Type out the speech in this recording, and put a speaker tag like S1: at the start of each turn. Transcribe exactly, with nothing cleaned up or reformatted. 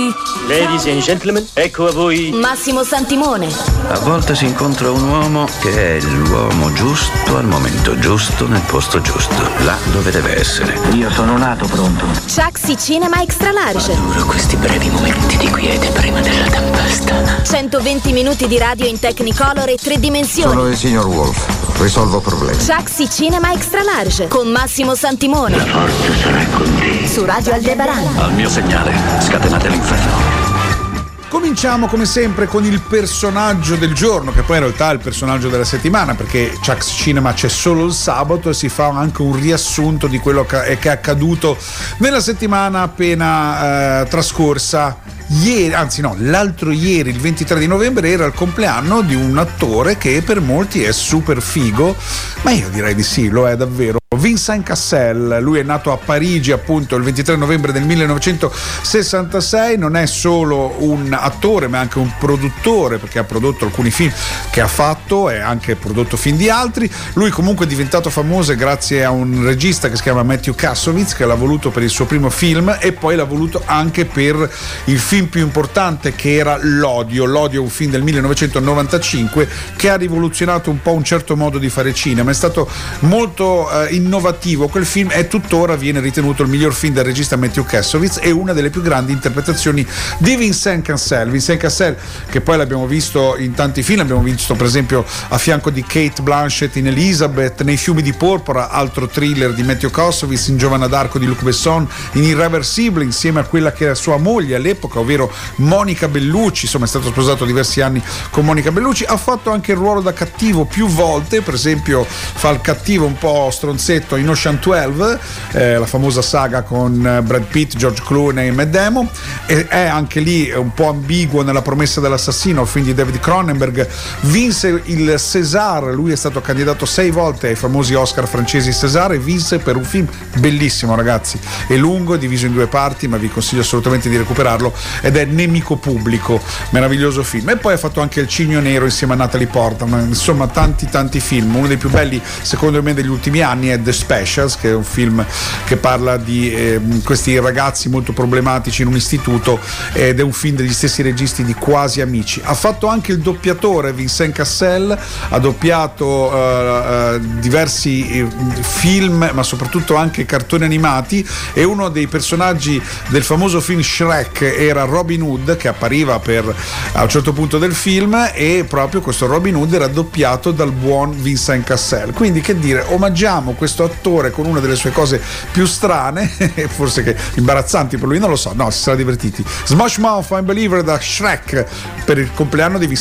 S1: voi.
S2: Ladies and gentlemen, ecco a voi
S1: Massimo Santimone.
S3: A volte si incontra un uomo che è l'uomo giusto al momento giusto nel posto giusto, là dove deve essere.
S4: Io sono nato pronto.
S1: Chaxi Cinema Extra Large.
S4: Adoro questi brevi momenti di quiete prima della tempesta.
S1: centoventi minuti di radio in Technicolor e tre dimensioni.
S5: Sono il signor Wolf, risolvo problemi.
S1: Chaxi Cinema Extra Large con Massimo Santimone.
S4: La forza sarà con te.
S1: Su Radio Aldebaran.
S3: Al mio segnale, scatenate l'inferno.
S6: Cominciamo come sempre con il personaggio del giorno, che poi in realtà è il personaggio della settimana, perché Chax Cinema c'è solo il sabato e si fa anche un riassunto di quello che è accaduto nella settimana appena eh, trascorsa. Ieri, anzi no, l'altro ieri, il ventitré di novembre, era il compleanno di un attore che per molti è super figo, ma io direi di sì, lo è davvero. Vincent Cassel, lui è nato a Parigi appunto il ventitré novembre del millenovecentosessantasei, non è solo un attore ma anche un produttore, perché ha prodotto alcuni film che ha fatto e anche prodotto film di altri. Lui comunque è diventato famoso grazie a un regista che si chiama Matthew Kassovitz, che l'ha voluto per il suo primo film e poi l'ha voluto anche per il film più importante, che era L'Odio. L'Odio è un film del millenovecentonovantacinque che ha rivoluzionato un po' un certo modo di fare cinema, è stato molto eh, innovativo. Quel film è tuttora viene ritenuto il miglior film del regista Matthew Kassovitz e una delle più grandi interpretazioni di Vincent Cassel. Vincent Cassel, che poi l'abbiamo visto in tanti film, l'abbiamo visto per esempio a fianco di Kate Blanchett in Elizabeth, nei Fiumi di Porpora, altro thriller di Matthew Kassovitz, in Giovanna d'Arco di Luc Besson, in Irreversibile insieme a quella che era sua moglie all'epoca, ovvero Monica Bellucci. Insomma, è stato sposato diversi anni con Monica Bellucci. Ha fatto anche il ruolo da cattivo più volte, per esempio fa il cattivo un po' stronzetto in Ocean dodici, eh, la famosa saga con Brad Pitt, George Clooney e Matt Damon, e è anche lì un po' ambiguo nella Promessa dell'assassino, film di David Cronenberg. Vinse il César, lui è stato candidato sei volte ai famosi Oscar francesi César e vinse per un film bellissimo, ragazzi, è lungo, è diviso in due parti, ma vi consiglio assolutamente di recuperarlo, ed è Nemico Pubblico, meraviglioso film. E poi ha fatto anche Il Cigno Nero insieme a Natalie Portman, insomma tanti tanti film. Uno dei più belli secondo me degli ultimi anni è The Specials, che è un film che parla di eh, questi ragazzi molto problematici in un istituto, ed è un film degli stessi registi di Quasi Amici. Ha fatto anche il doppiatore Vincent Cassel, ha doppiato uh, uh, diversi eh, film, ma soprattutto anche cartoni animati, e uno dei personaggi del famoso film Shrek era Robin Hood, che appariva per a un certo punto del film, e proprio questo Robin Hood era doppiato dal buon Vincent Cassel. Quindi, che dire, omaggiamo questo attore con una delle sue cose più strane, forse che imbarazzanti per lui, non lo so, no, si sarà divertiti. Smash Mouth, I'm Believer da Shrek per il compleanno di